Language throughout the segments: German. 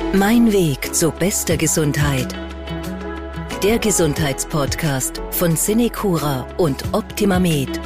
Mein Weg zu bester Gesundheit. Der Gesundheitspodcast von Cinecura und OptimaMed.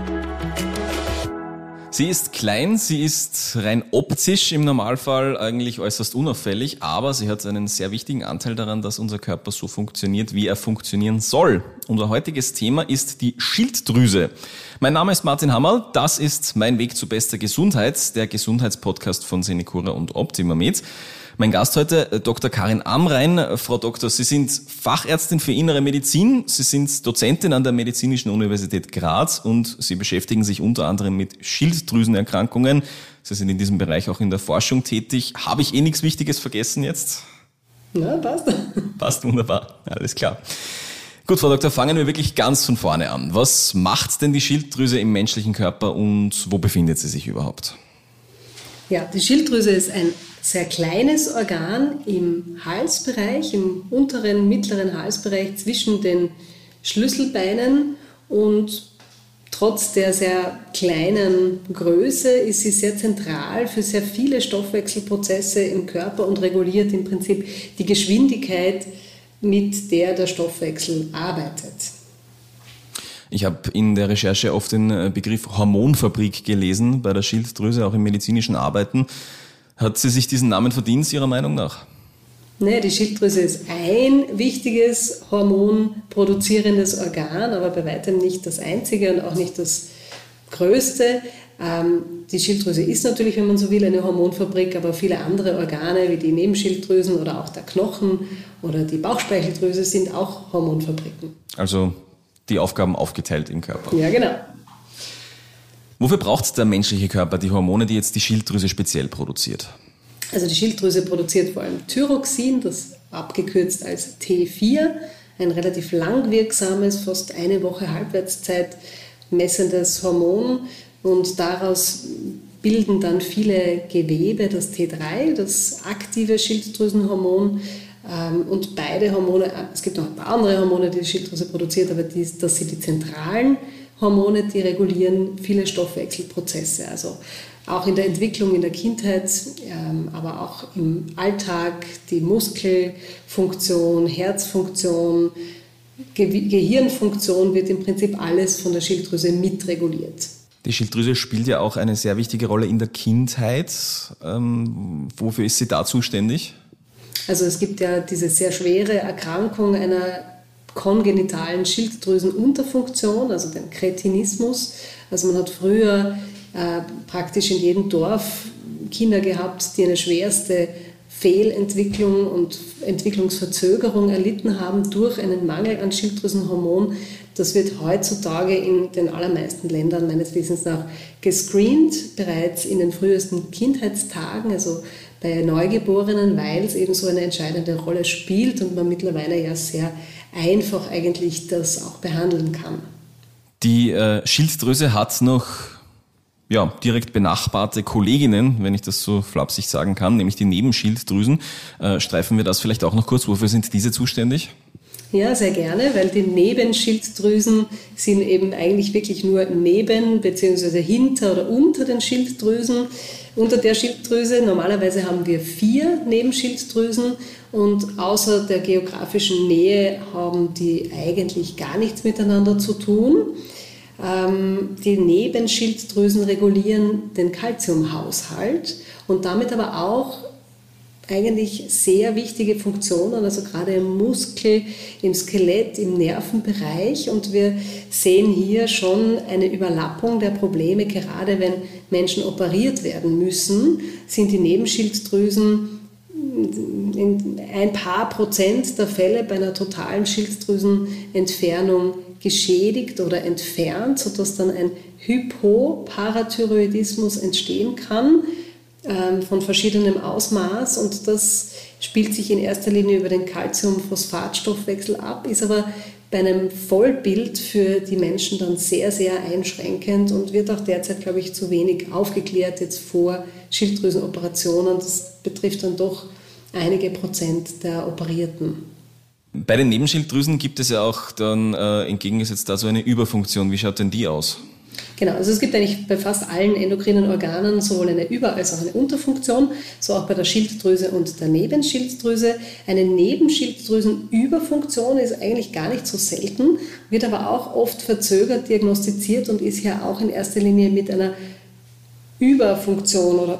Sie ist klein, sie ist rein optisch im Normalfall eigentlich äußerst unauffällig, aber sie hat einen sehr wichtigen Anteil daran, dass unser Körper so funktioniert, wie er funktionieren soll. Unser heutiges Thema ist die Schilddrüse. Mein Name ist Martin Hammerl, das ist Mein Weg zu bester Gesundheit, der Gesundheitspodcast von Cinecura und OptimaMed. Mein Gast heute, Dr. Karin Amrein. Frau Doktor, Sie sind Fachärztin für Innere Medizin, Sie sind Dozentin an der Medizinischen Universität Graz und Sie beschäftigen sich unter anderem mit Schilddrüsenerkrankungen. Sie sind in diesem Bereich auch in der Forschung tätig. Habe ich nichts Wichtiges vergessen jetzt? Ja, passt. Passt wunderbar, alles klar. Gut, Frau Doktor, fangen wir wirklich ganz von vorne an. Was macht denn die Schilddrüse im menschlichen Körper und wo befindet sie sich überhaupt? Ja, die Schilddrüse ist ein sehr kleines Organ im Halsbereich, im unteren, mittleren Halsbereich zwischen den Schlüsselbeinen, und trotz der sehr kleinen Größe ist sie sehr zentral für sehr viele Stoffwechselprozesse im Körper und reguliert im Prinzip die Geschwindigkeit, mit der der Stoffwechsel arbeitet. Ich habe in der Recherche oft den Begriff Hormonfabrik gelesen bei der Schilddrüse, auch in medizinischen Arbeiten. Hat sie sich diesen Namen verdient, Ihrer Meinung nach? Naja, die Schilddrüse ist ein wichtiges hormonproduzierendes Organ, aber bei weitem nicht das einzige und auch nicht das größte. Die Schilddrüse ist natürlich, wenn man so will, eine Hormonfabrik, aber viele andere Organe wie die Nebenschilddrüsen oder auch der Knochen oder die Bauchspeicheldrüse sind auch Hormonfabriken. Also die Aufgaben aufgeteilt im Körper. Ja, genau. Wofür braucht der menschliche Körper die Hormone, die jetzt die Schilddrüse speziell produziert? Also die Schilddrüse produziert vor allem Thyroxin, das abgekürzt als T4, ein relativ langwirksames, fast eine Woche Halbwertszeit messendes Hormon, und daraus bilden dann viele Gewebe das T3, das aktive Schilddrüsenhormon. Und beide Hormone, es gibt noch ein paar andere Hormone, die die Schilddrüse produziert, aber das sind die zentralen Hormone, die regulieren viele Stoffwechselprozesse. Also auch in der Entwicklung in der Kindheit, aber auch im Alltag, die Muskelfunktion, Herzfunktion, Gehirnfunktion, wird im Prinzip alles von der Schilddrüse mitreguliert. Die Schilddrüse spielt ja auch eine sehr wichtige Rolle in der Kindheit. Wofür ist sie da zuständig? Also es gibt ja diese sehr schwere Erkrankung einer kongenitalen Schilddrüsenunterfunktion, also den Kretinismus. Also man hat früher praktisch in jedem Dorf Kinder gehabt, die eine schwerste Fehlentwicklung und Entwicklungsverzögerung erlitten haben durch einen Mangel an Schilddrüsenhormon. Das wird heutzutage in den allermeisten Ländern meines Wissens nach gescreent, bereits in den frühesten Kindheitstagen, also bei Neugeborenen, weil es eben so eine entscheidende Rolle spielt und man mittlerweile ja sehr einfach eigentlich das auch behandeln kann. Die Schilddrüse hat noch direkt benachbarte Kolleginnen, wenn ich das so flapsig sagen kann, nämlich die Nebenschilddrüsen. Streifen wir das vielleicht auch noch kurz. Wofür sind diese zuständig? Ja, sehr gerne, weil die Nebenschilddrüsen sind eben eigentlich wirklich nur neben bzw. hinter oder unter den Schilddrüsen. Unter der Schilddrüse, normalerweise haben wir 4 Nebenschilddrüsen, und außer der geografischen Nähe haben die eigentlich gar nichts miteinander zu tun. Die Nebenschilddrüsen regulieren den Calciumhaushalt und damit aber auch eigentlich sehr wichtige Funktionen, also gerade im Muskel, im Skelett, im Nervenbereich, und wir sehen hier schon eine Überlappung der Probleme. Gerade wenn Menschen operiert werden müssen, sind die Nebenschilddrüsen in ein paar Prozent der Fälle bei einer totalen Schilddrüsenentfernung geschädigt oder entfernt, sodass dann ein Hypoparathyroidismus entstehen kann, von verschiedenem Ausmaß, und das spielt sich in erster Linie über den Calcium-Phosphat-Stoffwechsel ab, ist aber bei einem Vollbild für die Menschen dann sehr, sehr einschränkend und wird auch derzeit, glaube ich, zu wenig aufgeklärt jetzt vor Schilddrüsenoperationen. Das betrifft dann doch einige Prozent der Operierten. Bei den Nebenschilddrüsen gibt es ja auch dann entgegengesetzt dazu eine Überfunktion. Wie schaut denn die aus? Genau, also es gibt eigentlich bei fast allen endokrinen Organen sowohl eine Über- als auch eine Unterfunktion, so auch bei der Schilddrüse und der Nebenschilddrüse. Eine Nebenschilddrüsenüberfunktion ist eigentlich gar nicht so selten, wird aber auch oft verzögert diagnostiziert und ist ja auch in erster Linie mit einer Überfunktion oder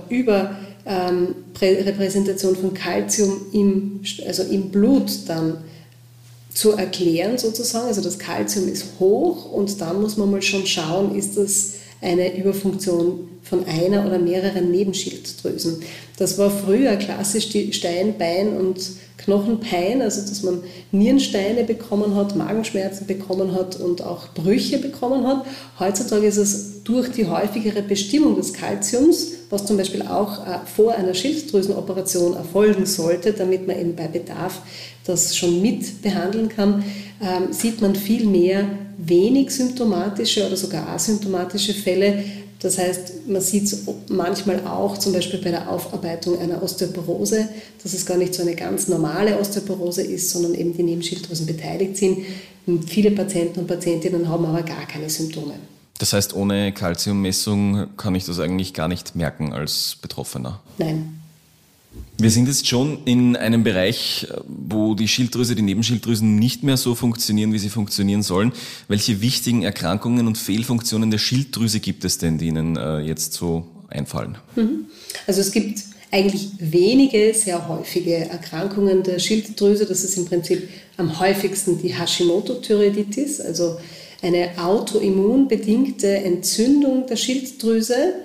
Überrepräsentation von Kalzium im Blut dann zu erklären sozusagen. Also das Kalzium ist hoch und dann muss man mal schon schauen, ist das eine Überfunktion von einer oder mehreren Nebenschilddrüsen. Das war früher klassisch die Stein-, Bein- und Knochenpein, also dass man Nierensteine bekommen hat, Magenschmerzen bekommen hat und auch Brüche bekommen hat. Heutzutage ist es durch die häufigere Bestimmung des Kalziums, was zum Beispiel auch vor einer Schilddrüsenoperation erfolgen sollte, damit man eben bei Bedarf das schon mit behandeln kann, sieht man viel mehr wenig symptomatische oder sogar asymptomatische Fälle. Das heißt, man sieht es manchmal auch zum Beispiel bei der Aufarbeitung einer Osteoporose, dass es gar nicht so eine ganz normale Osteoporose ist, sondern eben die Nebenschilddrüsen beteiligt sind. Und viele Patienten und Patientinnen haben aber gar keine Symptome. Das heißt, ohne Kalziummessung kann ich das eigentlich gar nicht merken als Betroffener? Nein. Wir sind jetzt schon in einem Bereich, wo die Schilddrüse, die Nebenschilddrüsen nicht mehr so funktionieren, wie sie funktionieren sollen. Welche wichtigen Erkrankungen und Fehlfunktionen der Schilddrüse gibt es denn, die Ihnen jetzt so einfallen? Also es gibt eigentlich wenige sehr häufige Erkrankungen der Schilddrüse. Das ist im Prinzip am häufigsten die Hashimoto-Thyreoiditis, also eine autoimmunbedingte Entzündung der Schilddrüse,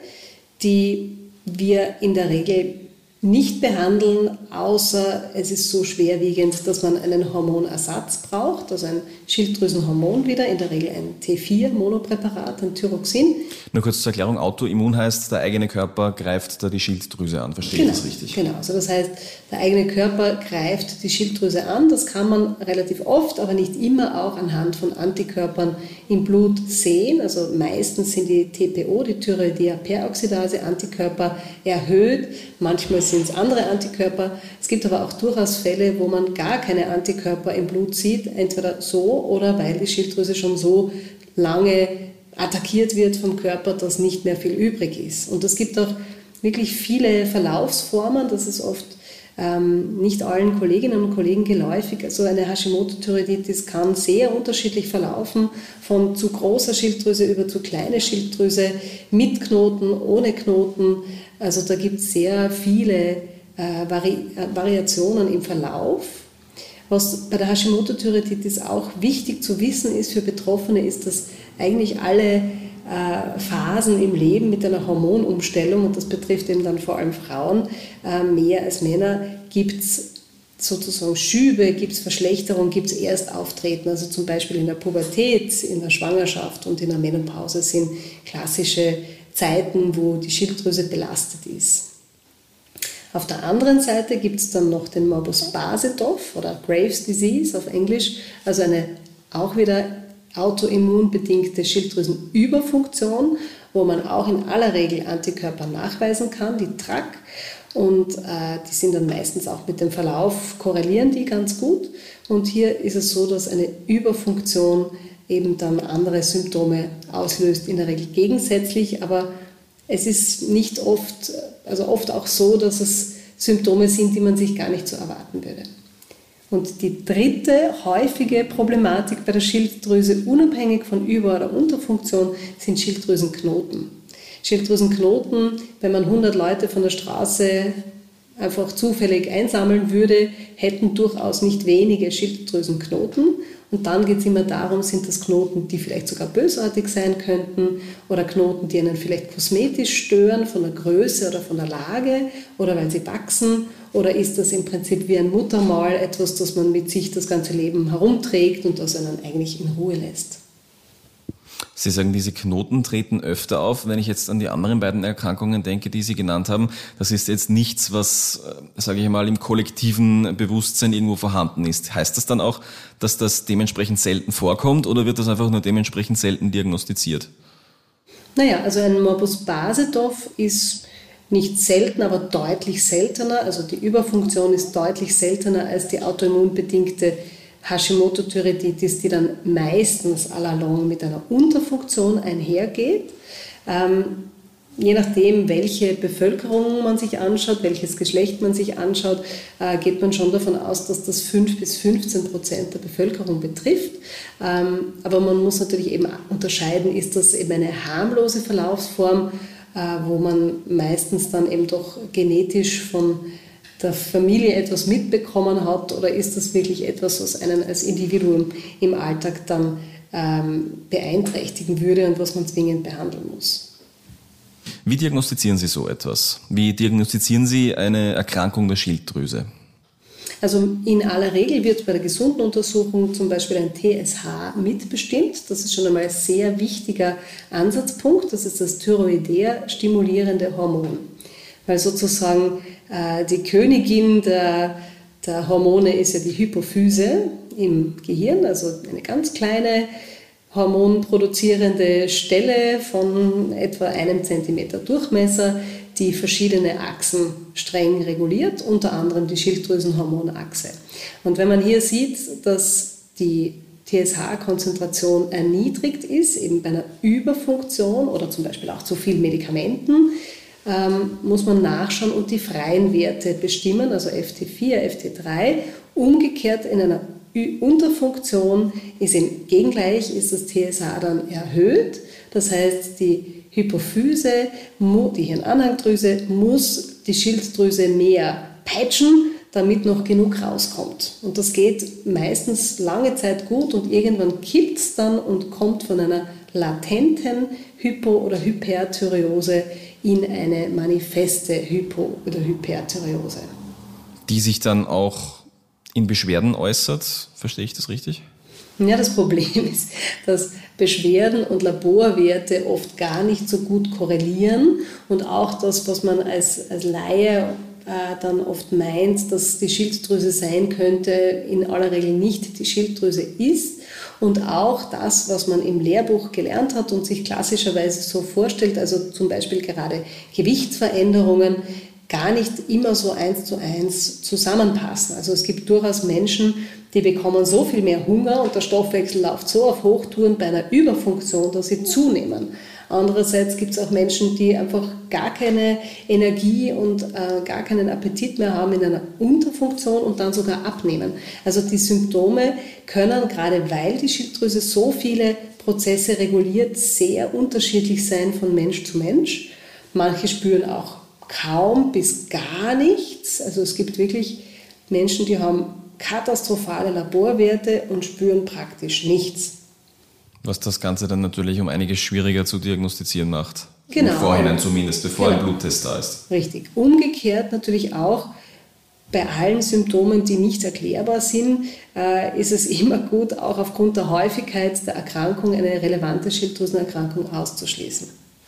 die wir in der Regel nicht behandeln, außer es ist so schwerwiegend, dass man einen Hormonersatz braucht, also ein Schilddrüsenhormon wieder, in der Regel ein T4-Monopräparat, ein Thyroxin. Nur kurz zur Erklärung, Autoimmun heißt, der eigene Körper greift da die Schilddrüse an, verstehe ich das richtig? Genau, also das heißt, der eigene Körper greift die Schilddrüse an, das kann man relativ oft, aber nicht immer auch anhand von Antikörpern im Blut sehen, also meistens sind die TPO, die Thyreoidia-Peroxidase-Antikörper erhöht, manchmal sind es andere Antikörper. Es gibt aber auch durchaus Fälle, wo man gar keine Antikörper im Blut sieht, entweder so oder weil die Schilddrüse schon so lange attackiert wird vom Körper, dass nicht mehr viel übrig ist. Und es gibt auch wirklich viele Verlaufsformen, das ist oft nicht allen Kolleginnen und Kollegen geläufig. Also eine Hashimoto-Thyreoiditis kann sehr unterschiedlich verlaufen, von zu großer Schilddrüse über zu kleine Schilddrüse, mit Knoten, ohne Knoten. Also da gibt es sehr viele Variationen im Verlauf. Was bei der Hashimoto-Thyreoiditis auch wichtig zu wissen ist für Betroffene, ist, dass eigentlich alle Phasen im Leben mit einer Hormonumstellung, und das betrifft eben dann vor allem Frauen mehr als Männer, gibt es sozusagen Schübe, gibt es Verschlechterung, gibt es Erstauftreten, also zum Beispiel in der Pubertät, in der Schwangerschaft und in der Menopause sind klassische Zeiten, wo die Schilddrüse belastet ist. Auf der anderen Seite gibt es dann noch den Morbus Basedow oder Graves' Disease auf Englisch, also eine auch wieder autoimmunbedingte Schilddrüsenüberfunktion, wo man auch in aller Regel Antikörper nachweisen kann, die TRAC, und die sind dann meistens auch mit dem Verlauf, korrelieren die ganz gut. Und hier ist es so, dass eine Überfunktion eben dann andere Symptome auslöst, in der Regel gegensätzlich, aber es ist nicht oft, also oft auch so, dass es Symptome sind, die man sich gar nicht so erwarten würde. Und die dritte häufige Problematik bei der Schilddrüse, unabhängig von Über- oder Unterfunktion, sind Schilddrüsenknoten. Schilddrüsenknoten, wenn man 100 Leute von der Straße einfach zufällig einsammeln würde, hätten durchaus nicht wenige Schilddrüsenknoten. Und dann geht es immer darum, sind das Knoten, die vielleicht sogar bösartig sein könnten oder Knoten, die einen vielleicht kosmetisch stören von der Größe oder von der Lage oder weil sie wachsen, oder ist das im Prinzip wie ein Muttermal, etwas, das man mit sich das ganze Leben herumträgt und das einen eigentlich in Ruhe lässt. Sie sagen, diese Knoten treten öfter auf. Wenn ich jetzt an die anderen beiden Erkrankungen denke, die Sie genannt haben, das ist jetzt nichts, was, sage ich mal, im kollektiven Bewusstsein irgendwo vorhanden ist. Heißt das dann auch, dass das dementsprechend selten vorkommt oder wird das einfach nur dementsprechend selten diagnostiziert? Naja, also ein Morbus Basedow ist nicht selten, aber deutlich seltener. Also die Überfunktion ist deutlich seltener als die autoimmunbedingte Hashimoto-Thyreoiditis, die dann meistens allalong mit einer Unterfunktion einhergeht. Je nachdem, welche Bevölkerung man sich anschaut, welches Geschlecht man sich anschaut, geht man schon davon aus, dass das 5-15% der Bevölkerung betrifft. Aber man muss natürlich eben unterscheiden, ist das eben eine harmlose Verlaufsform, wo man meistens dann eben doch genetisch von der Familie etwas mitbekommen hat, oder ist das wirklich etwas, was einen als Individuum im Alltag dann beeinträchtigen würde und was man zwingend behandeln muss. Wie diagnostizieren Sie so etwas? Wie diagnostizieren Sie eine Erkrankung der Schilddrüse? Also in aller Regel wird bei der gesunden Untersuchung zum Beispiel ein TSH mitbestimmt. Das ist schon einmal ein sehr wichtiger Ansatzpunkt. Das ist das thyroidär-stimulierende Hormon. Weil sozusagen die Königin der Hormone ist ja die Hypophyse im Gehirn, also eine ganz kleine hormonproduzierende Stelle von etwa 1 Zentimeter Durchmesser, die verschiedene Achsen streng reguliert, unter anderem die Schilddrüsenhormonachse. Und wenn man hier sieht, dass die TSH-Konzentration erniedrigt ist, eben bei einer Überfunktion oder zum Beispiel auch zu viel Medikamenten, muss man nachschauen und die freien Werte bestimmen, also FT4, FT3. Umgekehrt in einer Unterfunktion ist im Gegengleich, ist das TSH dann erhöht. Das heißt, die Hypophyse, die Hirnanhangdrüse, muss die Schilddrüse mehr peitschen, damit noch genug rauskommt. Und das geht meistens lange Zeit gut und irgendwann kippt es dann und kommt von einer latenten Hypo- oder Hyperthyreose in eine manifeste Hypo- oder Hyperthyreose. Die sich dann auch in Beschwerden äußert, verstehe ich das richtig? Ja, das Problem ist, dass Beschwerden und Laborwerte oft gar nicht so gut korrelieren und auch das, was man als Laie dann oft meint, dass die Schilddrüse sein könnte, in aller Regel nicht die Schilddrüse ist. Und auch das, was man im Lehrbuch gelernt hat und sich klassischerweise so vorstellt, also zum Beispiel gerade Gewichtsveränderungen, gar nicht immer so 1:1 zusammenpassen. Also es gibt durchaus Menschen, die bekommen so viel mehr Hunger und der Stoffwechsel läuft so auf Hochtouren bei einer Überfunktion, dass sie zunehmen. Andererseits gibt es auch Menschen, die einfach gar keine Energie und gar keinen Appetit mehr haben in einer Unterfunktion und dann sogar abnehmen. Also die Symptome können, gerade weil die Schilddrüse so viele Prozesse reguliert, sehr unterschiedlich sein von Mensch zu Mensch. Manche spüren auch kaum bis gar nichts. Also es gibt wirklich Menschen, die haben katastrophale Laborwerte und spüren praktisch nichts. Was das Ganze dann natürlich um einiges schwieriger zu diagnostizieren macht. Genau. Im Vorhinein zumindest, bevor ein Bluttest da ist. Richtig. Umgekehrt natürlich auch bei allen Symptomen, die nicht erklärbar sind, ist es immer gut, auch aufgrund der Häufigkeit der Erkrankung eine relevante Schilddrüsenerkrankung auszuschließen.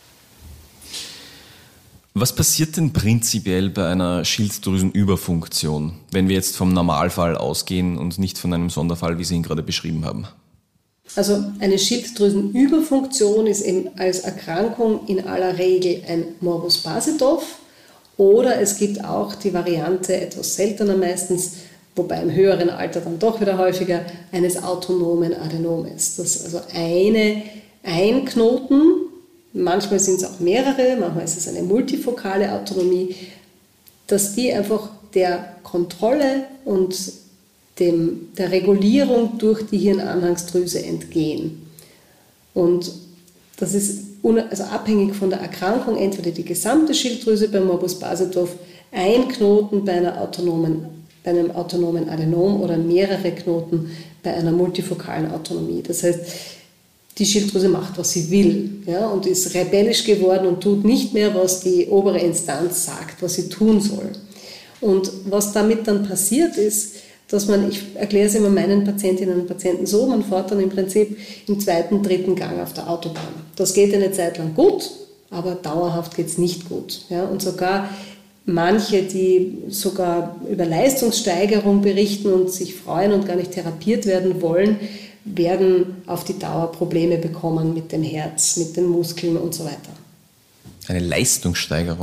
Was passiert denn prinzipiell bei einer Schilddrüsenüberfunktion, wenn wir jetzt vom Normalfall ausgehen und nicht von einem Sonderfall, wie Sie ihn gerade beschrieben haben? Also eine Schilddrüsenüberfunktion ist eben als Erkrankung in aller Regel ein Morbus Basedow oder es gibt auch die Variante, etwas seltener meistens, wobei im höheren Alter dann doch wieder häufiger, eines autonomen Adenomes. Das ist also ein Knoten. Manchmal sind es auch mehrere, manchmal ist es eine multifokale Autonomie, dass die einfach der Kontrolle und der Regulierung durch die Hirnanhangsdrüse entgehen. Und das ist also abhängig von der Erkrankung, entweder die gesamte Schilddrüse beim Morbus Basedow, ein Knoten bei einem autonomen Adenom oder mehrere Knoten bei einer multifokalen Autonomie. Das heißt, die Schilddrüse macht, was sie will, ja, und ist rebellisch geworden und tut nicht mehr, was die obere Instanz sagt, was sie tun soll. Und was damit dann passiert ist, dass ich erkläre es immer meinen Patientinnen und Patienten so, man fährt dann im Prinzip im 2., 3. Gang auf der Autobahn. Das geht eine Zeit lang gut, aber dauerhaft geht es nicht gut. Ja, und sogar manche, die sogar über Leistungssteigerung berichten und sich freuen und gar nicht therapiert werden wollen, werden auf die Dauer Probleme bekommen mit dem Herz, mit den Muskeln und so weiter. Eine Leistungssteigerung?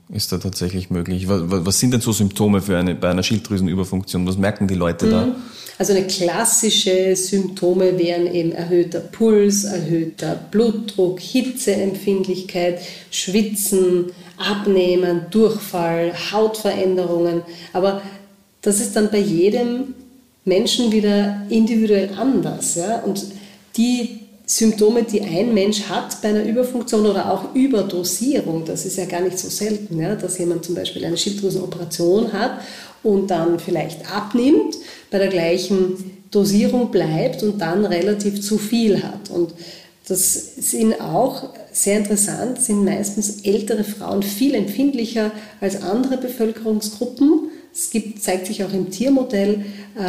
ist da tatsächlich möglich. Was sind denn so Symptome bei einer Schilddrüsenüberfunktion? Was merken die Leute da? Also eine klassische Symptome wären eben erhöhter Puls, erhöhter Blutdruck, Hitzeempfindlichkeit, Schwitzen, Abnehmen, Durchfall, Hautveränderungen. Aber das ist dann bei jedem Menschen wieder individuell anders. Ja? Und die Symptome, die ein Mensch hat bei einer Überfunktion oder auch Überdosierung, das ist ja gar nicht so selten, ja? Dass jemand zum Beispiel eine Schilddrüsenoperation hat und dann vielleicht abnimmt, bei der gleichen Dosierung bleibt und dann relativ zu viel hat. Und das sind auch sehr interessant, sind meistens ältere Frauen viel empfindlicher als andere Bevölkerungsgruppen. Es zeigt sich auch im Tiermodell,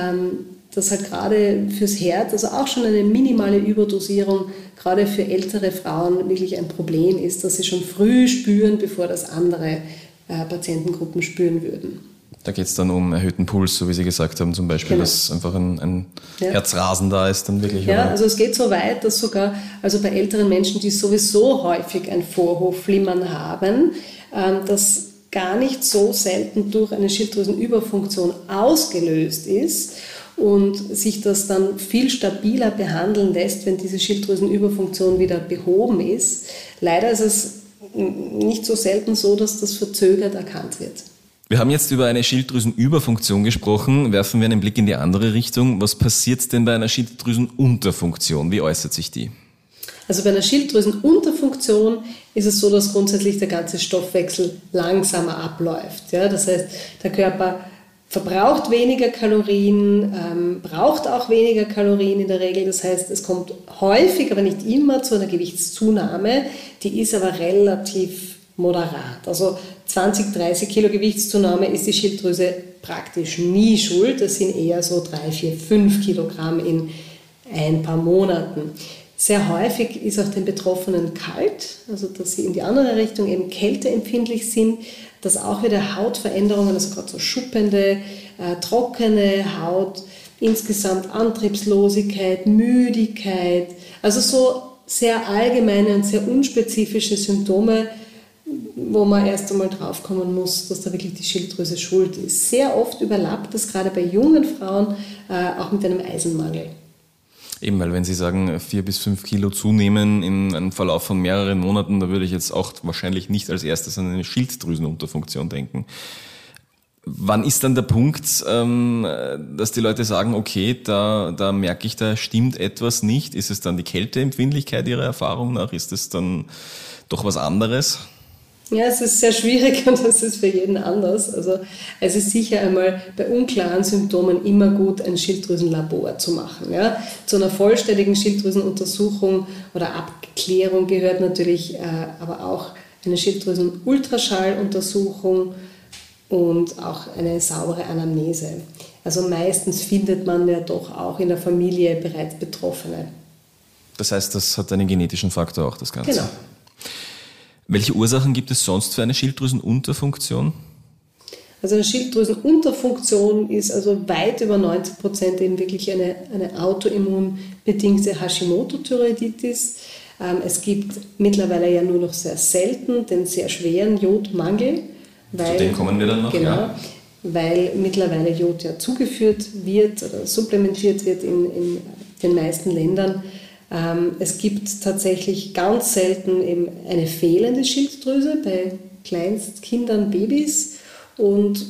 dass halt gerade fürs Herz, also auch schon eine minimale Überdosierung, gerade für ältere Frauen wirklich ein Problem ist, dass sie schon früh spüren, bevor das andere Patientengruppen spüren würden. Da geht es dann um erhöhten Puls, so wie Sie gesagt haben, zum Beispiel, dass einfach ein Herzrasen da ist dann wirklich. Ja, also es geht so weit, dass sogar also bei älteren Menschen, die sowieso häufig ein Vorhofflimmern haben, das gar nicht so selten durch eine Schilddrüsenüberfunktion ausgelöst ist und sich das dann viel stabiler behandeln lässt, wenn diese Schilddrüsenüberfunktion wieder behoben ist. Leider ist es nicht so selten so, dass das verzögert erkannt wird. Wir haben jetzt über eine Schilddrüsenüberfunktion gesprochen. Werfen wir einen Blick in die andere Richtung. Was passiert denn bei einer Schilddrüsenunterfunktion? Wie äußert sich die? Also bei einer Schilddrüsenunterfunktion ist es so, dass grundsätzlich der ganze Stoffwechsel langsamer abläuft. Ja, das heißt, der Körper verbraucht weniger Kalorien, braucht auch weniger Kalorien in der Regel. Das heißt, es kommt häufig, aber nicht immer zu einer Gewichtszunahme. Die ist aber relativ moderat. Also 20, 30 Kilo Gewichtszunahme ist die Schilddrüse praktisch nie schuld. Das sind eher so 3, 4, 5 Kilogramm in ein paar Monaten. Sehr häufig ist auch den Betroffenen kalt, also dass sie in die andere Richtung eben kälteempfindlich sind, dass auch wieder Hautveränderungen, also gerade so schuppende, trockene Haut, insgesamt Antriebslosigkeit, Müdigkeit, also so sehr allgemeine und sehr unspezifische Symptome, wo man erst einmal draufkommen muss, dass da wirklich die Schilddrüse schuld ist. Sehr oft überlappt das gerade bei jungen Frauen auch mit einem Eisenmangel. Eben, weil wenn Sie sagen 4 bis 5 Kilo zunehmen in einem Verlauf von mehreren Monaten, da würde ich jetzt auch wahrscheinlich nicht als erstes an eine Schilddrüsenunterfunktion denken. Wann ist dann der Punkt, dass die Leute sagen, okay, da merke ich, da stimmt etwas nicht? Ist es dann die Kälteempfindlichkeit Ihrer Erfahrung nach? Ist es dann doch was anderes? Ja, es ist sehr schwierig und das ist für jeden anders. Also es ist sicher einmal bei unklaren Symptomen immer gut, ein Schilddrüsenlabor zu machen. Ja. Zu einer vollständigen Schilddrüsenuntersuchung oder Abklärung gehört natürlich aber auch eine Schilddrüsenultraschalluntersuchung und auch eine saubere Anamnese. Also meistens findet man ja doch auch in der Familie bereits Betroffene. Das heißt, das hat einen genetischen Faktor auch, das Ganze? Genau. Welche Ursachen gibt es sonst für eine Schilddrüsenunterfunktion? Also eine Schilddrüsenunterfunktion ist also weit über 90% eben wirklich eine autoimmunbedingte Hashimoto-Thyreoiditis. Es gibt mittlerweile ja nur noch sehr selten den sehr schweren Jodmangel. Zu dem kommen wir dann noch. Genau, ja. Weil mittlerweile Jod ja zugeführt wird oder supplementiert wird in den meisten Ländern. Es gibt tatsächlich ganz selten eben eine fehlende Schilddrüse bei Kleinstkindern, Babys, und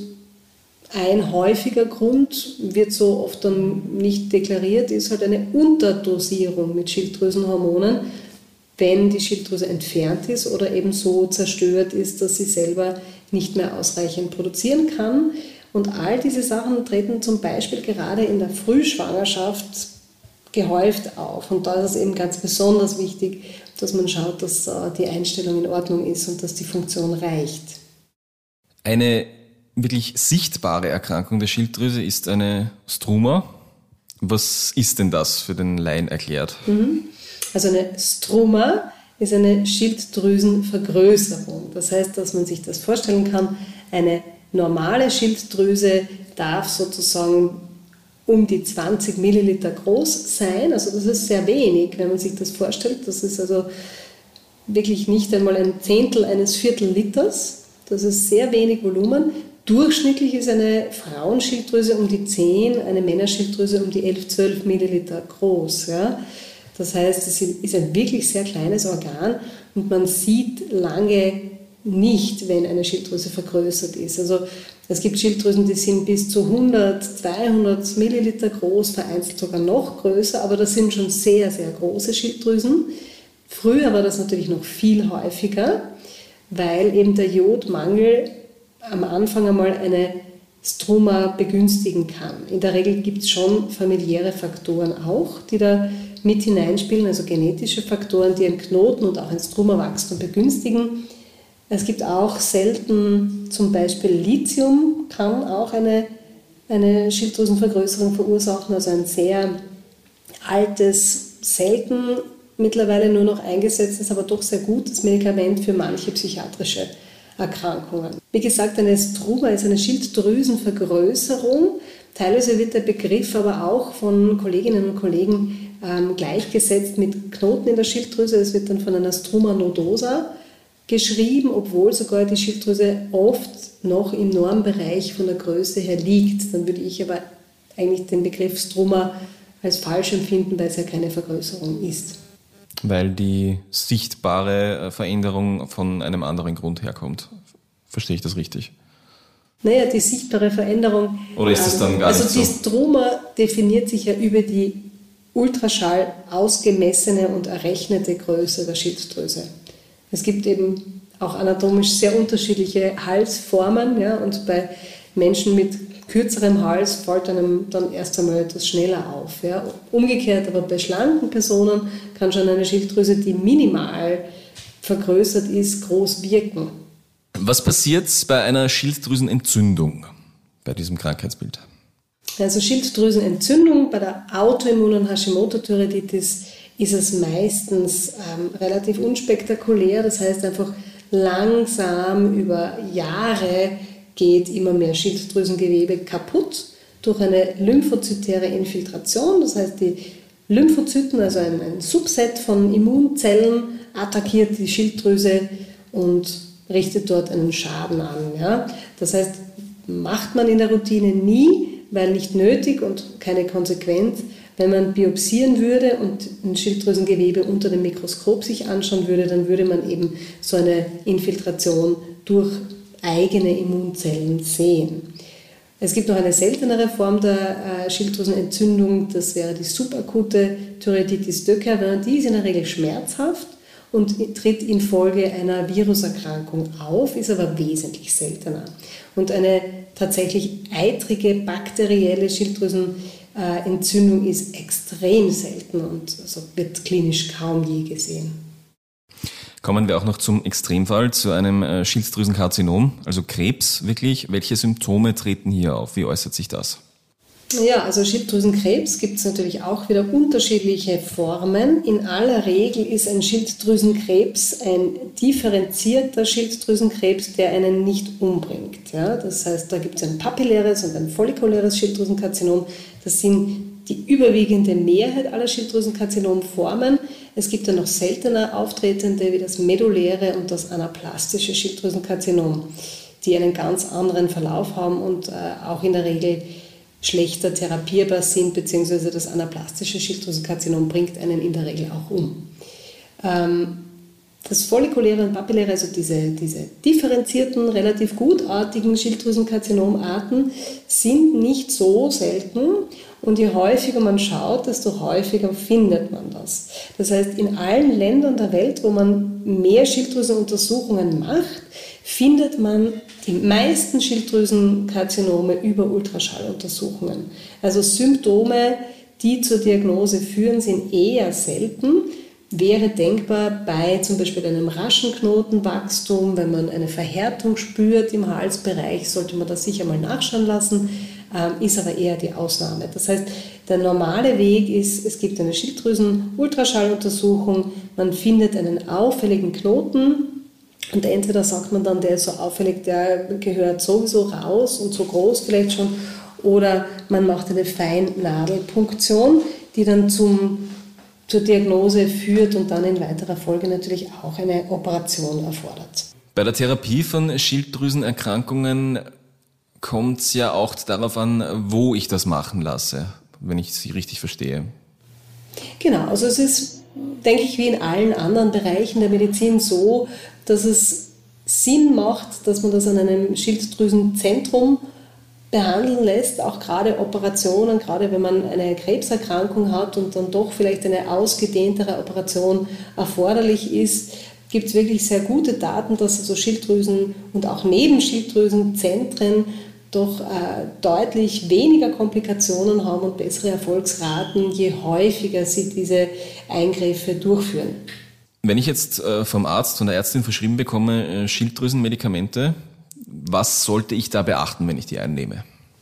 ein häufiger Grund, wird so oft dann nicht deklariert, ist halt eine Unterdosierung mit Schilddrüsenhormonen, wenn die Schilddrüse entfernt ist oder eben so zerstört ist, dass sie selber nicht mehr ausreichend produzieren kann. Und all diese Sachen treten zum Beispiel gerade in der Frühschwangerschaft gehäuft auf. Und da ist es eben ganz besonders wichtig, dass man schaut, dass die Einstellung in Ordnung ist und dass die Funktion reicht. Eine wirklich sichtbare Erkrankung der Schilddrüse ist eine Struma. Was ist denn das für den Laien erklärt? Also eine Struma ist eine Schilddrüsenvergrößerung. Das heißt, dass man sich das vorstellen kann, eine normale Schilddrüse darf sozusagen um die 20 Milliliter groß sein. Also das ist sehr wenig, wenn man sich das vorstellt. Das ist also wirklich nicht einmal ein Zehntel eines Viertel-Liters. das ist sehr wenig Volumen. Durchschnittlich ist eine Frauenschilddrüse um die 10, eine Männerschilddrüse um die 11, 12 Milliliter groß. Ja. Das heißt, es ist ein wirklich sehr kleines Organ und man sieht lange nicht, wenn eine Schilddrüse vergrößert ist. Also es gibt Schilddrüsen, die sind bis zu 100, 200 Milliliter groß, vereinzelt sogar noch größer, aber das sind schon sehr, sehr große Schilddrüsen. Früher war das natürlich noch viel häufiger, weil eben der Jodmangel am Anfang einmal eine Struma begünstigen kann. In der Regel gibt es schon familiäre Faktoren auch, die da mit hineinspielen, also genetische Faktoren, die ein Knoten und auch ein Struma-Wachstum begünstigen. Es gibt auch selten, zum Beispiel Lithium kann auch eine Schilddrüsenvergrößerung verursachen, also ein sehr altes, selten mittlerweile nur noch eingesetztes, aber doch sehr gutes Medikament für manche psychiatrische Erkrankungen. Wie gesagt, eine Struma ist eine Schilddrüsenvergrößerung. Teilweise wird der Begriff aber auch von Kolleginnen und Kollegen gleichgesetzt mit Knoten in der Schilddrüse. Es wird dann von einer Struma nodosa geschrieben, obwohl sogar die Schilddrüse oft noch im Normbereich von der Größe her liegt. Dann würde ich aber eigentlich den Begriff Struma als falsch empfinden, weil es ja keine Vergrößerung ist. Weil die sichtbare Veränderung von einem anderen Grund herkommt. Verstehe ich das richtig? Naja, die sichtbare Veränderung... Oder ist es dann gar nicht so? Also die Struma definiert sich ja über die Ultraschall ausgemessene und errechnete Größe der Schilddrüse. Es gibt eben auch anatomisch sehr unterschiedliche Halsformen, ja, und bei Menschen mit kürzerem Hals fällt einem dann erst einmal etwas schneller auf. Ja. Umgekehrt aber bei schlanken Personen kann schon eine Schilddrüse, die minimal vergrößert ist, groß wirken. Was passiert bei einer Schilddrüsenentzündung, bei diesem Krankheitsbild? Also Schilddrüsenentzündung bei der autoimmunen Hashimoto-Thyreoiditis ist es meistens relativ unspektakulär. Das heißt einfach langsam über Jahre geht immer mehr Schilddrüsengewebe kaputt durch eine lymphozytäre Infiltration. Das heißt, die Lymphozyten, also ein Subset von Immunzellen, attackiert die Schilddrüse und richtet dort einen Schaden an. Ja. Das heißt, macht man in der Routine nie, weil nicht nötig und keine Konsequenz. Wenn man biopsieren würde und ein Schilddrüsengewebe unter dem Mikroskop sich anschauen würde, dann würde man eben so eine Infiltration durch eigene Immunzellen sehen. Es gibt noch eine seltenere Form der Schilddrüsenentzündung, das wäre die subakute Thyreoiditis de Quervain. Die ist in der Regel schmerzhaft und tritt infolge einer Viruserkrankung auf, ist aber wesentlich seltener. Und eine tatsächlich eitrige bakterielle Schilddrüsenentzündung ist extrem selten und also wird klinisch kaum je gesehen. Kommen wir auch noch zum Extremfall, zu einem Schilddrüsenkarzinom, also Krebs wirklich. Welche Symptome treten hier auf? Wie äußert sich das? Ja, also Schilddrüsenkrebs gibt es natürlich auch wieder unterschiedliche Formen. In aller Regel ist ein Schilddrüsenkrebs ein differenzierter Schilddrüsenkrebs, der einen nicht umbringt. Ja, das heißt, da gibt es ein papilläres und ein follikuläres Schilddrüsenkarzinom. Das sind die überwiegende Mehrheit aller Schilddrüsenkarzinomformen. Es gibt dann noch seltener auftretende wie das medulläre und das anaplastische Schilddrüsenkarzinom, die einen ganz anderen Verlauf haben und auch in der Regel schlechter therapierbar sind, beziehungsweise das anaplastische Schilddrüsenkarzinom bringt einen in der Regel auch um. Das follikuläre und papilläre, also diese differenzierten, relativ gutartigen Schilddrüsenkarzinomarten sind nicht so selten und je häufiger man schaut, desto häufiger findet man das. Das heißt, in allen Ländern der Welt, wo man mehr Schilddrüsenuntersuchungen macht, findet man die meisten Schilddrüsenkarzinome über Ultraschalluntersuchungen. Also Symptome, die zur Diagnose führen, sind eher selten. Wäre denkbar bei zum Beispiel einem raschen Knotenwachstum, wenn man eine Verhärtung spürt im Halsbereich, sollte man das sicher mal nachschauen lassen, ist aber eher die Ausnahme. Das heißt, der normale Weg ist, es gibt eine Schilddrüsen-Ultraschalluntersuchung, man findet einen auffälligen Knoten und entweder sagt man dann, der ist so auffällig, der gehört sowieso raus und so groß vielleicht schon, oder man macht eine Feinnadelpunktion, die dann zur Diagnose führt und dann in weiterer Folge natürlich auch eine Operation erfordert. Bei der Therapie von Schilddrüsenerkrankungen kommt es ja auch darauf an, wo ich das machen lasse, wenn ich Sie richtig verstehe. Genau, also es ist, denke ich, wie in allen anderen Bereichen der Medizin so, dass es Sinn macht, dass man das an einem Schilddrüsenzentrum behandeln lässt, auch gerade Operationen, gerade wenn man eine Krebserkrankung hat und dann doch vielleicht eine ausgedehntere Operation erforderlich ist, gibt es wirklich sehr gute Daten, dass also Schilddrüsen und auch Nebenschilddrüsenzentren doch deutlich weniger Komplikationen haben und bessere Erfolgsraten, je häufiger sie diese Eingriffe durchführen. Wenn ich jetzt vom Arzt, von der Ärztin verschrieben bekomme, Schilddrüsenmedikamente, was sollte ich da beachten, wenn ich die einnehme?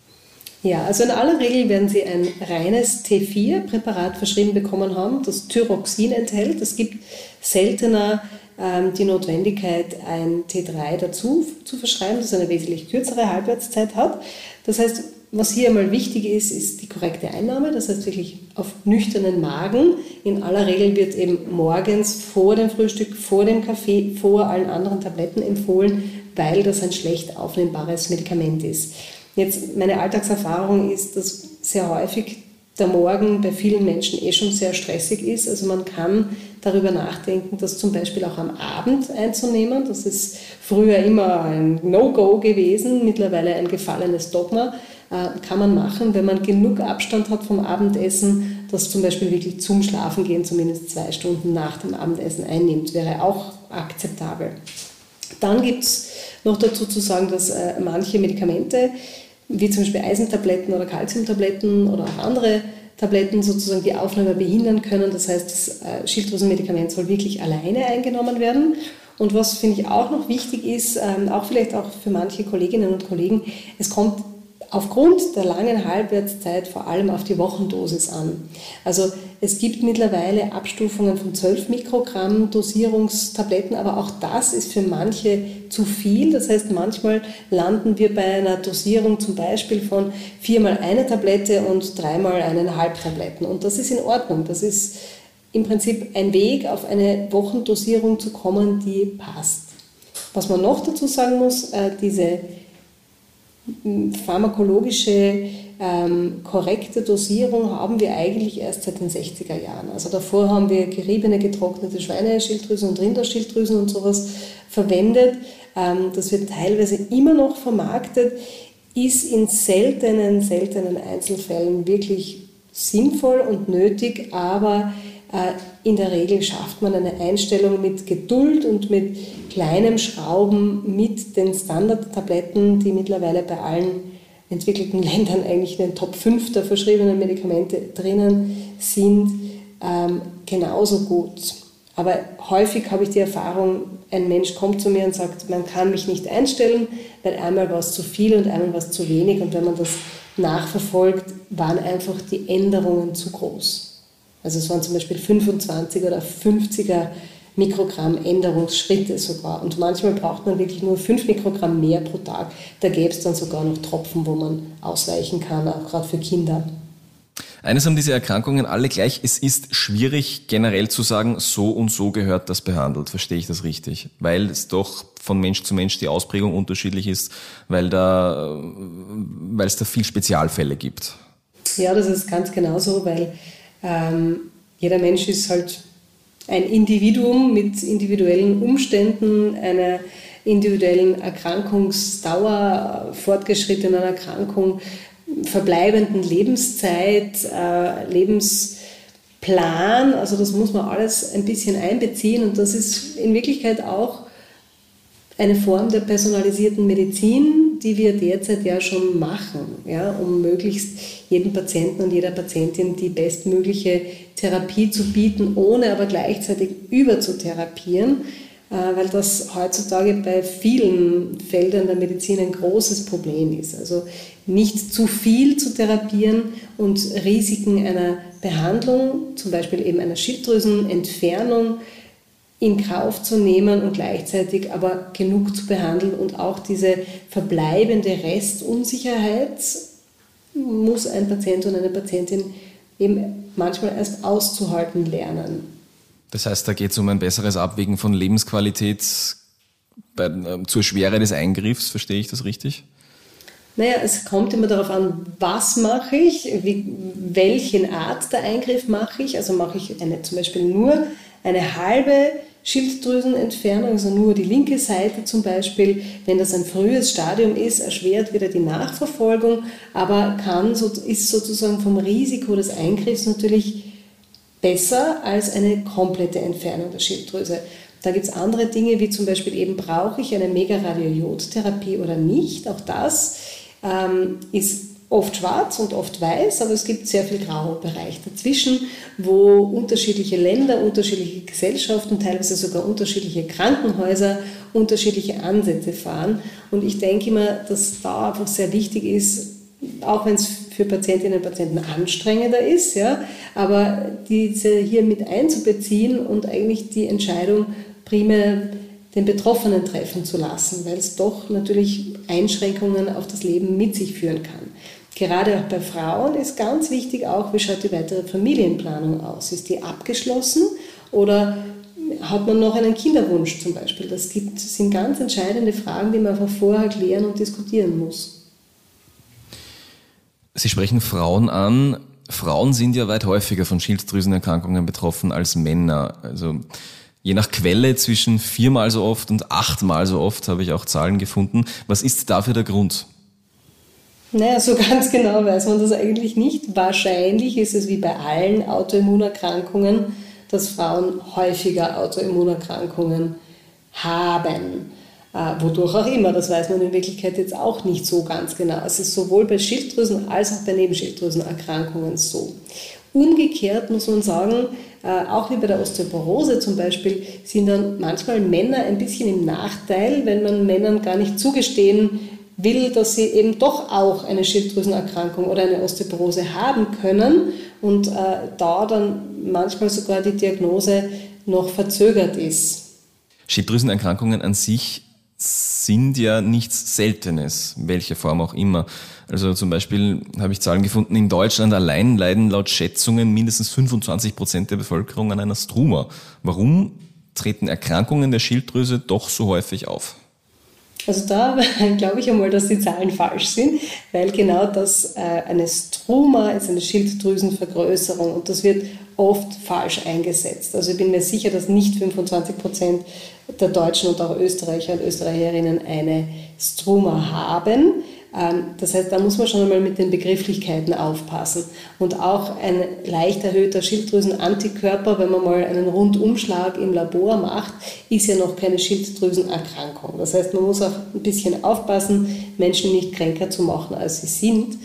Ja, also in aller Regel werden Sie ein reines T4-Präparat verschrieben bekommen haben, das Thyroxin enthält. Es gibt seltener die Notwendigkeit, ein T3 dazu zu verschreiben, das eine wesentlich kürzere Halbwertszeit hat. Das heißt, was hier einmal wichtig ist, ist die korrekte Einnahme, das heißt wirklich auf nüchternen Magen. In aller Regel wird eben morgens vor dem Frühstück, vor dem Kaffee, vor allen anderen Tabletten empfohlen, weil das ein schlecht aufnehmbares Medikament ist. Jetzt, meine Alltagserfahrung ist, dass sehr häufig der Morgen bei vielen Menschen schon sehr stressig ist. Also man kann darüber nachdenken, das zum Beispiel auch am Abend einzunehmen. Das ist früher immer ein No-Go gewesen, mittlerweile ein gefallenes Dogma. Kann man machen, wenn man genug Abstand hat vom Abendessen, das zum Beispiel wirklich zum Schlafengehen zumindest 2 Stunden nach dem Abendessen einnimmt, wäre auch akzeptabel. Dann gibt es noch dazu zu sagen, dass manche Medikamente, wie zum Beispiel Eisentabletten oder Calciumtabletten oder auch andere Tabletten sozusagen die Aufnahme behindern können. Das heißt, das Schilddrüsenmedikament soll wirklich alleine eingenommen werden. Und was finde ich auch noch wichtig ist, auch vielleicht auch für manche Kolleginnen und Kollegen, es kommt aufgrund der langen Halbwertszeit vor allem auf die Wochendosis an. Also es gibt mittlerweile Abstufungen von 12 Mikrogramm Dosierungstabletten, aber auch das ist für manche zu viel. Das heißt, manchmal landen wir bei einer Dosierung zum Beispiel von 4-mal eine Tablette und 3-mal 1,5 Tabletten. Und das ist in Ordnung. Das ist im Prinzip ein Weg, auf eine Wochendosierung zu kommen, die passt. Was man noch dazu sagen muss, diese pharmakologische korrekte Dosierung haben wir eigentlich erst seit den 60er Jahren. Also davor haben wir geriebene, getrocknete Schweineschilddrüsen und Rinderschilddrüsen und sowas verwendet. Das wird teilweise immer noch vermarktet, ist in seltenen Einzelfällen wirklich sinnvoll und nötig, aber in der Regel schafft man eine Einstellung mit Geduld und mit kleinem Schrauben mit den Standardtabletten, die mittlerweile bei allen entwickelten Ländern eigentlich in den Top 5 der verschriebenen Medikamente drinnen sind, genauso gut. Aber häufig habe ich die Erfahrung, ein Mensch kommt zu mir und sagt, man kann mich nicht einstellen, weil einmal war es zu viel und einmal war es zu wenig. Und wenn man das nachverfolgt, waren einfach die Änderungen zu groß. Also es waren zum Beispiel 25 oder 50er Mikrogramm Änderungsschritte sogar. Und manchmal braucht man wirklich nur 5 Mikrogramm mehr pro Tag. Da gäbe es dann sogar noch Tropfen, wo man ausweichen kann, auch gerade für Kinder. Eines haben diese Erkrankungen alle gleich. Es ist schwierig, generell zu sagen, so und so gehört das behandelt. Verstehe ich das richtig? Weil es doch von Mensch zu Mensch die Ausprägung unterschiedlich ist, weil es da viel Spezialfälle gibt. Ja, das ist ganz genau so, weil jeder Mensch ist halt ein Individuum mit individuellen Umständen, einer individuellen Erkrankungsdauer, fortgeschrittenen Erkrankung, verbleibenden Lebenszeit, Lebensplan. Also das muss man alles ein bisschen einbeziehen und das ist in Wirklichkeit auch eine Form der personalisierten Medizin, die wir derzeit ja schon machen, ja, um möglichst jedem Patienten und jeder Patientin die bestmögliche Therapie zu bieten, ohne aber gleichzeitig überzutherapieren, weil das heutzutage bei vielen Feldern der Medizin ein großes Problem ist. Also nicht zu viel zu therapieren und Risiken einer Behandlung, zum Beispiel eben einer Schilddrüsenentfernung, in Kauf zu nehmen und gleichzeitig aber genug zu behandeln und auch diese verbleibende Restunsicherheit muss ein Patient und eine Patientin eben manchmal erst auszuhalten lernen. Das heißt, da geht es um ein besseres Abwägen von Lebensqualität zur Schwere des Eingriffs, verstehe ich das richtig? Naja, es kommt immer darauf an, was mache ich, welchen Art der Eingriff mache ich. Also mache ich zum Beispiel nur eine halbe Schilddrüsenentfernung, also nur die linke Seite zum Beispiel. Wenn das ein frühes Stadium ist, erschwert wieder die Nachverfolgung, aber ist sozusagen vom Risiko des Eingriffs natürlich besser als eine komplette Entfernung der Schilddrüse. Da gibt es andere Dinge, wie zum Beispiel eben, brauche ich eine Megaradiojodtherapie oder nicht. Auch das ist oft schwarz und oft weiß, aber es gibt sehr viel Graubereich dazwischen, wo unterschiedliche Länder, unterschiedliche Gesellschaften, teilweise sogar unterschiedliche Krankenhäuser unterschiedliche Ansätze fahren. Und ich denke immer, dass da einfach sehr wichtig ist, auch wenn es für Patientinnen und Patienten anstrengender ist, ja, aber diese hier mit einzubeziehen und eigentlich die Entscheidung primär den Betroffenen treffen zu lassen, weil es doch natürlich Einschränkungen auf das Leben mit sich führen kann. Gerade auch bei Frauen ist ganz wichtig auch, wie schaut die weitere Familienplanung aus? Ist die abgeschlossen oder hat man noch einen Kinderwunsch zum Beispiel? Das sind ganz entscheidende Fragen, die man einfach vorher klären und diskutieren muss. Sie sprechen Frauen an. Frauen sind ja weit häufiger von Schilddrüsenerkrankungen betroffen als Männer. Also je nach Quelle zwischen 4-mal so oft und 8-mal so oft, habe ich auch Zahlen gefunden. Was ist dafür der Grund? Naja, so ganz genau weiß man das eigentlich nicht. Wahrscheinlich ist es wie bei allen Autoimmunerkrankungen, dass Frauen häufiger Autoimmunerkrankungen haben. Wodurch auch immer, das weiß man in Wirklichkeit jetzt auch nicht so ganz genau. Es ist sowohl bei Schilddrüsen- als auch bei Nebenschilddrüsenerkrankungen so. Umgekehrt muss man sagen, auch wie bei der Osteoporose zum Beispiel, sind dann manchmal Männer ein bisschen im Nachteil, wenn man Männern gar nicht zugestehen will, dass sie eben doch auch eine Schilddrüsenerkrankung oder eine Osteoporose haben können und da dann manchmal sogar die Diagnose noch verzögert ist. Schilddrüsenerkrankungen an sich sind ja nichts Seltenes, welche Form auch immer. Also zum Beispiel habe ich Zahlen gefunden, in Deutschland allein leiden laut Schätzungen mindestens 25% der Bevölkerung an einer Struma. Warum treten Erkrankungen der Schilddrüse doch so häufig auf? Also da glaube ich einmal, dass die Zahlen falsch sind, weil genau das eine Struma ist, eine Schilddrüsenvergrößerung, und das wird oft falsch eingesetzt. Also ich bin mir sicher, dass nicht 25% der Deutschen und auch Österreicher und Österreicherinnen eine Struma haben. Das heißt, da muss man schon einmal mit den Begrifflichkeiten aufpassen. Und auch ein leicht erhöhter Schilddrüsenantikörper, wenn man mal einen Rundumschlag im Labor macht, ist ja noch keine Schilddrüsenerkrankung. Das heißt, man muss auch ein bisschen aufpassen, Menschen nicht kränker zu machen, als sie sind.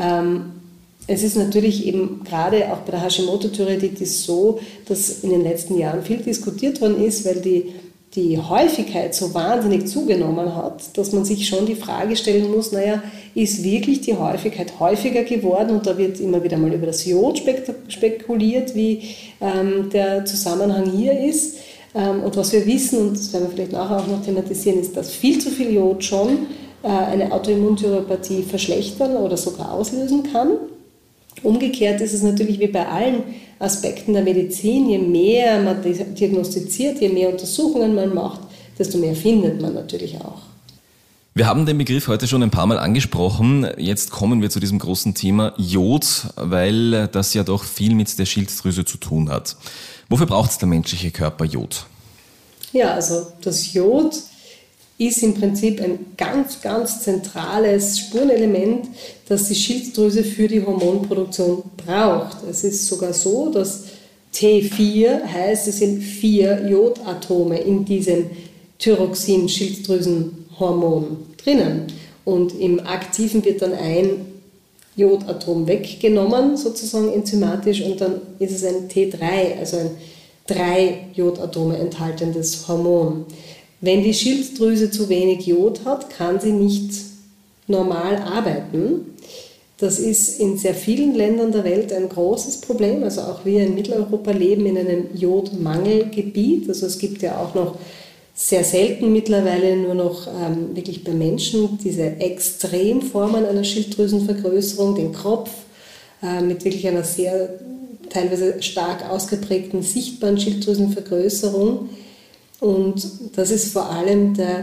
Es ist natürlich eben gerade auch bei der Hashimoto-Thyreoiditis so, dass in den letzten Jahren viel diskutiert worden ist, weil die Häufigkeit so wahnsinnig zugenommen hat, dass man sich schon die Frage stellen muss, naja, ist wirklich die Häufigkeit häufiger geworden? Und da wird immer wieder mal über das Jod spekuliert, wie der Zusammenhang hier ist. Und was wir wissen, und das werden wir vielleicht nachher auch noch thematisieren, ist, dass viel zu viel Jod schon eine Autoimmunthyreopathie verschlechtern oder sogar auslösen kann. Umgekehrt ist es natürlich wie bei allen Aspekten der Medizin, je mehr man diagnostiziert, je mehr Untersuchungen man macht, desto mehr findet man natürlich auch. Wir haben den Begriff heute schon ein paar Mal angesprochen. Jetzt kommen wir zu diesem großen Thema Jod, weil das ja doch viel mit der Schilddrüse zu tun hat. Wofür braucht der menschliche Körper Jod? Ja, also das Jod ist im Prinzip ein ganz, ganz zentrales Spurenelement, das die Schilddrüse für die Hormonproduktion braucht. Es ist sogar so, dass T4 heißt, es sind 4 Jodatome in diesem Thyroxin-Schilddrüsenhormon drinnen. Und im Aktiven wird dann ein Jodatom weggenommen, sozusagen enzymatisch, und dann ist es ein T3, also ein 3 Jodatome enthaltendes Hormon. Wenn die Schilddrüse zu wenig Jod hat, kann sie nicht normal arbeiten. Das ist in sehr vielen Ländern der Welt ein großes Problem. Also auch wir in Mitteleuropa leben in einem Jodmangelgebiet. Also es gibt ja auch noch sehr selten mittlerweile nur noch wirklich bei Menschen diese Extremformen einer Schilddrüsenvergrößerung, den Kropf mit wirklich einer sehr teilweise stark ausgeprägten sichtbaren Schilddrüsenvergrößerung. Und das ist vor allem der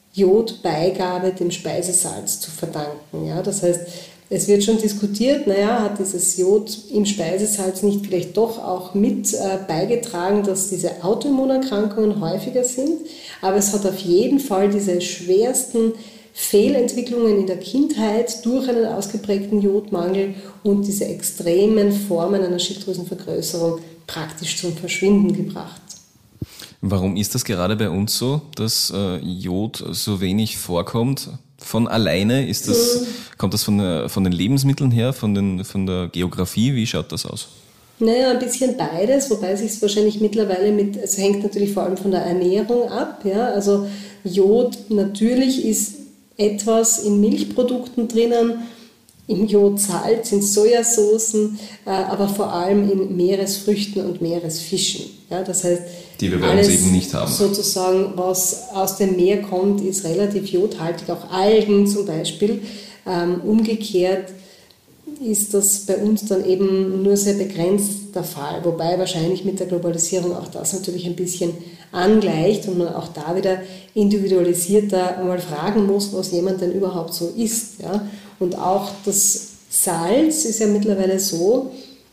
Jodbeigabe dem Speisesalz zu verdanken. Ja? Das heißt, es wird schon diskutiert, hat dieses Jod im Speisesalz nicht vielleicht doch auch mit beigetragen, dass diese Autoimmunerkrankungen häufiger sind. Aber es hat auf jeden Fall diese schwersten Fehlentwicklungen in der Kindheit durch einen ausgeprägten Jodmangel und diese extremen Formen einer Schilddrüsenvergrößerung praktisch zum Verschwinden gebracht. Warum ist das gerade bei uns so, dass Jod so wenig vorkommt? Von alleine kommt das von den Lebensmitteln her, von der Geografie? Wie schaut das aus? Naja, ein bisschen beides, wobei sich es wahrscheinlich mittlerweile es hängt natürlich vor allem von der Ernährung ab. Ja? Also Jod natürlich ist etwas in Milchprodukten drinnen, im Jodsalz, in Sojasoßen, aber vor allem in Meeresfrüchten und Meeresfischen. Ja? Das heißt, die wir bei uns eben nicht haben. Sozusagen, was aus dem Meer kommt, ist relativ jodhaltig, auch Algen zum Beispiel. Umgekehrt ist das bei uns dann eben nur sehr begrenzt der Fall, wobei wahrscheinlich mit der Globalisierung auch das natürlich ein bisschen angleicht und man auch da wieder individualisierter mal fragen muss, was jemand denn überhaupt so isst. Ja? Und auch das Salz ist ja mittlerweile so,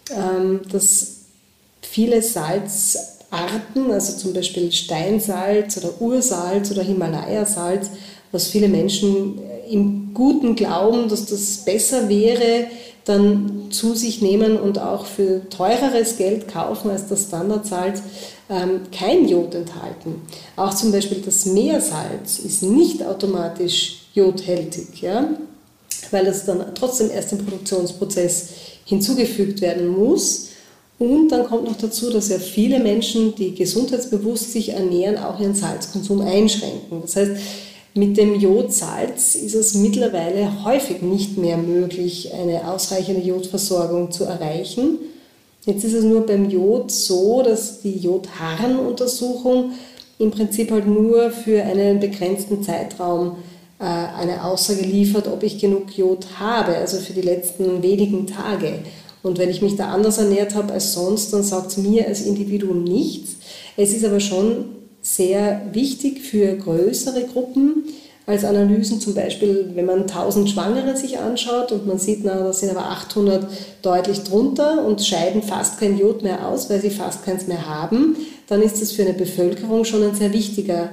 dass viele Salzarten, also zum Beispiel Steinsalz oder Ursalz oder Himalaya-Salz, was viele Menschen im guten Glauben, dass das besser wäre, dann zu sich nehmen und auch für teureres Geld kaufen als das Standardsalz, kein Jod enthalten. Auch zum Beispiel das Meersalz ist nicht automatisch jodhältig, ja? Weil es dann trotzdem erst im Produktionsprozess hinzugefügt werden muss. Und dann kommt noch dazu, dass ja viele Menschen, die gesundheitsbewusst sich ernähren, auch ihren Salzkonsum einschränken. Das heißt, mit dem Jodsalz ist es mittlerweile häufig nicht mehr möglich, eine ausreichende Jodversorgung zu erreichen. Jetzt ist es nur beim Jod so, dass die Jodharnuntersuchung im Prinzip halt nur für einen begrenzten Zeitraum eine Aussage liefert, ob ich genug Jod habe, also für die letzten wenigen Tage. Und wenn ich mich da anders ernährt habe als sonst, dann sagt es mir als Individuum nichts. Es ist aber schon sehr wichtig für größere Gruppen als Analysen, zum Beispiel, wenn man 1000 Schwangere sich anschaut und man sieht, da sind aber 800 deutlich drunter und scheiden fast kein Jod mehr aus, weil sie fast keins mehr haben, dann ist das für eine Bevölkerung schon eine sehr wichtige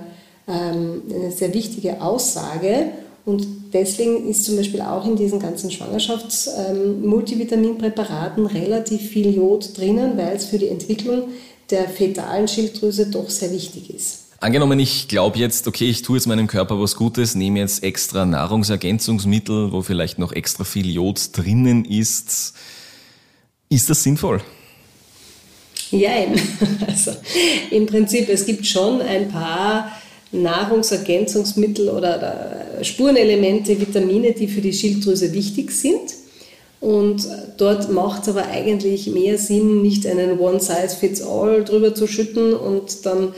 Aussage. Und deswegen ist zum Beispiel auch in diesen ganzen Schwangerschafts-Multivitaminpräparaten relativ viel Jod drinnen, weil es für die Entwicklung der fetalen Schilddrüse doch sehr wichtig ist. Angenommen, ich glaube jetzt, okay, ich tue jetzt meinem Körper was Gutes, nehme jetzt extra Nahrungsergänzungsmittel, wo vielleicht noch extra viel Jod drinnen ist. Ist das sinnvoll? Jein. Also im Prinzip, es gibt schon ein paar Nahrungsergänzungsmittel oder Spurenelemente, Vitamine, die für die Schilddrüse wichtig sind. Und dort macht es aber eigentlich mehr Sinn, nicht einen One-Size-Fits-All drüber zu schütten und dann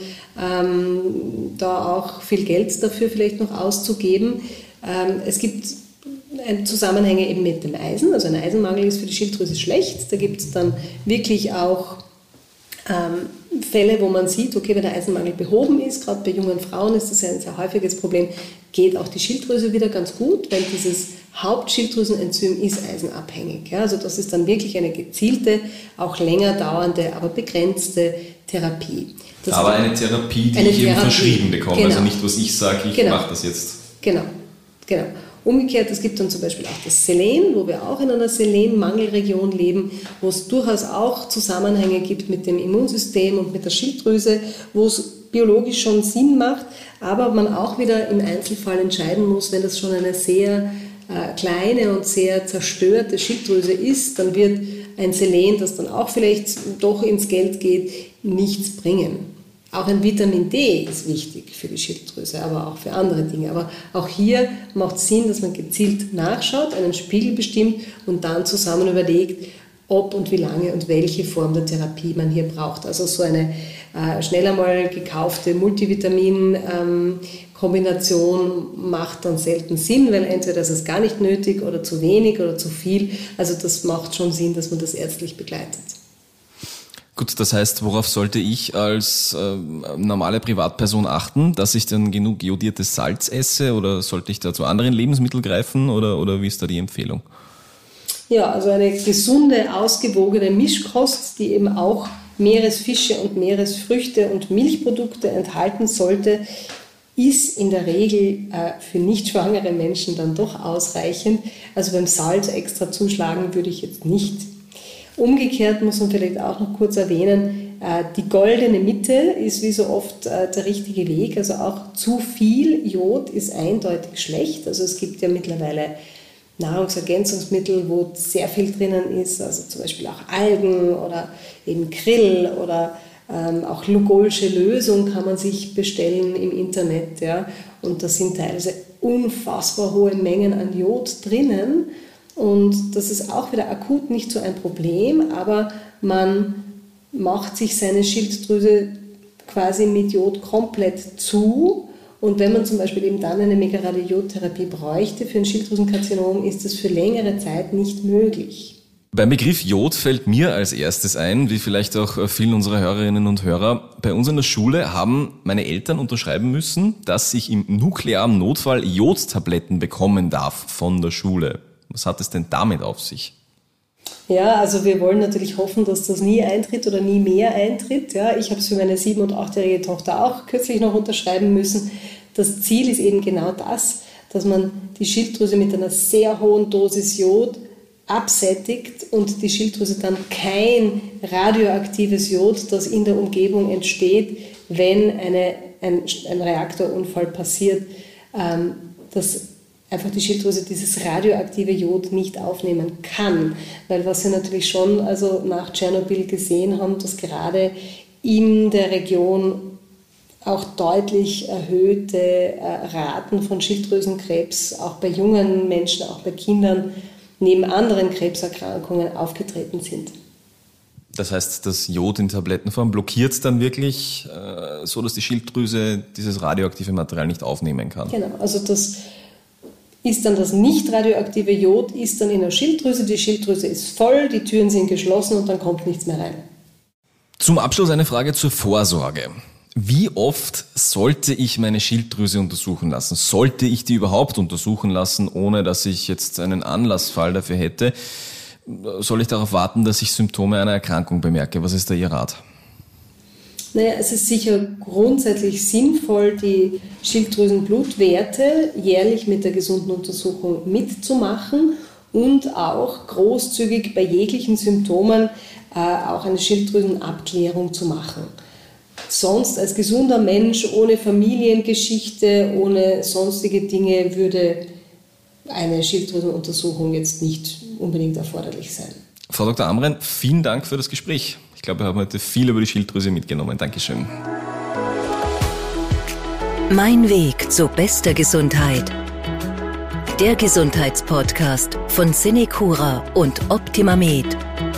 da auch viel Geld dafür vielleicht noch auszugeben. Es gibt Zusammenhänge eben mit dem Eisen, also ein Eisenmangel ist für die Schilddrüse schlecht. Da gibt es dann wirklich auch Fälle, wo man sieht, okay, wenn der Eisenmangel behoben ist, gerade bei jungen Frauen ist das ja ein sehr häufiges Problem, geht auch die Schilddrüse wieder ganz gut, weil dieses Hauptschilddrüsenenzym ist eisenabhängig. Ja? Also das ist dann wirklich eine gezielte, auch länger dauernde, aber begrenzte Therapie. Aber eine Therapie, die ich eben verschrieben bekomme, genau. Also nicht, was ich sage, ich mache das jetzt. Genau. Umgekehrt, es gibt dann zum Beispiel auch das Selen, wo wir auch in einer Selenmangelregion leben, wo es durchaus auch Zusammenhänge gibt mit dem Immunsystem und mit der Schilddrüse, wo es biologisch schon Sinn macht, aber man auch wieder im Einzelfall entscheiden muss, wenn das schon eine sehr kleine und sehr zerstörte Schilddrüse ist, dann wird ein Selen, das dann auch vielleicht doch ins Geld geht, nichts bringen. Auch ein Vitamin D ist wichtig für die Schilddrüse, aber auch für andere Dinge. Aber auch hier macht es Sinn, dass man gezielt nachschaut, einen Spiegel bestimmt und dann zusammen überlegt, ob und wie lange und welche Form der Therapie man hier braucht. Also so eine schnell einmal gekaufte Multivitamin-Kombination macht dann selten Sinn, weil entweder ist es gar nicht nötig oder zu wenig oder zu viel. Also das macht schon Sinn, dass man das ärztlich begleitet. Gut, das heißt, worauf sollte ich als normale Privatperson achten, dass ich dann genug jodiertes Salz esse oder sollte ich da zu anderen Lebensmitteln greifen oder wie ist da die Empfehlung? Ja, also eine gesunde, ausgewogene Mischkost, die eben auch Meeresfische und Meeresfrüchte und Milchprodukte enthalten sollte, ist in der Regel für nicht schwangere Menschen dann doch ausreichend. Also beim Salz extra zuschlagen würde ich jetzt nicht. Umgekehrt muss man vielleicht auch noch kurz erwähnen, die goldene Mitte ist wie so oft der richtige Weg. Also auch zu viel Jod ist eindeutig schlecht. Also es gibt ja mittlerweile Nahrungsergänzungsmittel, wo sehr viel drinnen ist, also zum Beispiel auch Algen oder eben Krill oder auch Lugolsche Lösung kann man sich bestellen im Internet. Ja. Und da sind teilweise unfassbar hohe Mengen an Jod drinnen. Und das ist auch wieder akut nicht so ein Problem, aber man macht sich seine Schilddrüse quasi mit Jod komplett zu. Und wenn man zum Beispiel eben dann eine Megaradiodtherapie bräuchte für ein Schilddrüsenkarzinom, ist das für längere Zeit nicht möglich. Beim Begriff Jod fällt mir als erstes ein, wie vielleicht auch vielen unserer Hörerinnen und Hörer, bei uns in der Schule haben meine Eltern unterschreiben müssen, dass ich im nuklearen Notfall Jodtabletten bekommen darf von der Schule. Was hat es denn damit auf sich? Ja, also wir wollen natürlich hoffen, dass das nie eintritt oder nie mehr eintritt. Ja, ich habe es für meine 7- und 8-jährige Tochter auch kürzlich noch unterschreiben müssen. Das Ziel ist eben genau das, dass man die Schilddrüse mit einer sehr hohen Dosis Jod absättigt und die Schilddrüse dann kein radioaktives Jod, das in der Umgebung entsteht, wenn ein Reaktorunfall passiert, dass einfach die Schilddrüse dieses radioaktive Jod nicht aufnehmen kann. Weil was wir natürlich schon also nach Tschernobyl gesehen haben, dass gerade in der Region auch deutlich erhöhte Raten von Schilddrüsenkrebs, auch bei jungen Menschen, auch bei Kindern, neben anderen Krebserkrankungen aufgetreten sind. Das heißt, das Jod in Tablettenform blockiert dann wirklich so, dass die Schilddrüse dieses radioaktive Material nicht aufnehmen kann? Genau, also das ist dann das nicht radioaktive Jod, ist dann in der Schilddrüse, die Schilddrüse ist voll, die Türen sind geschlossen und dann kommt nichts mehr rein. Zum Abschluss eine Frage zur Vorsorge. Wie oft sollte ich meine Schilddrüse untersuchen lassen? Sollte ich die überhaupt untersuchen lassen, ohne dass ich jetzt einen Anlassfall dafür hätte? Soll ich darauf warten, dass ich Symptome einer Erkrankung bemerke? Was ist da Ihr Rat? Naja, es ist sicher grundsätzlich sinnvoll, die Schilddrüsenblutwerte jährlich mit der gesunden Untersuchung mitzumachen und auch großzügig bei jeglichen Symptomen auch eine Schilddrüsenabklärung zu machen. Sonst als gesunder Mensch ohne Familiengeschichte, ohne sonstige Dinge würde eine Schilddrüsenuntersuchung jetzt nicht unbedingt erforderlich sein. Frau Dr. Amren, vielen Dank für das Gespräch. Ich glaube, wir haben heute viel über die Schilddrüse mitgenommen. Dankeschön. Mein Weg zu bester Gesundheit. Der Gesundheitspodcast von SeneCura und OptimaMed.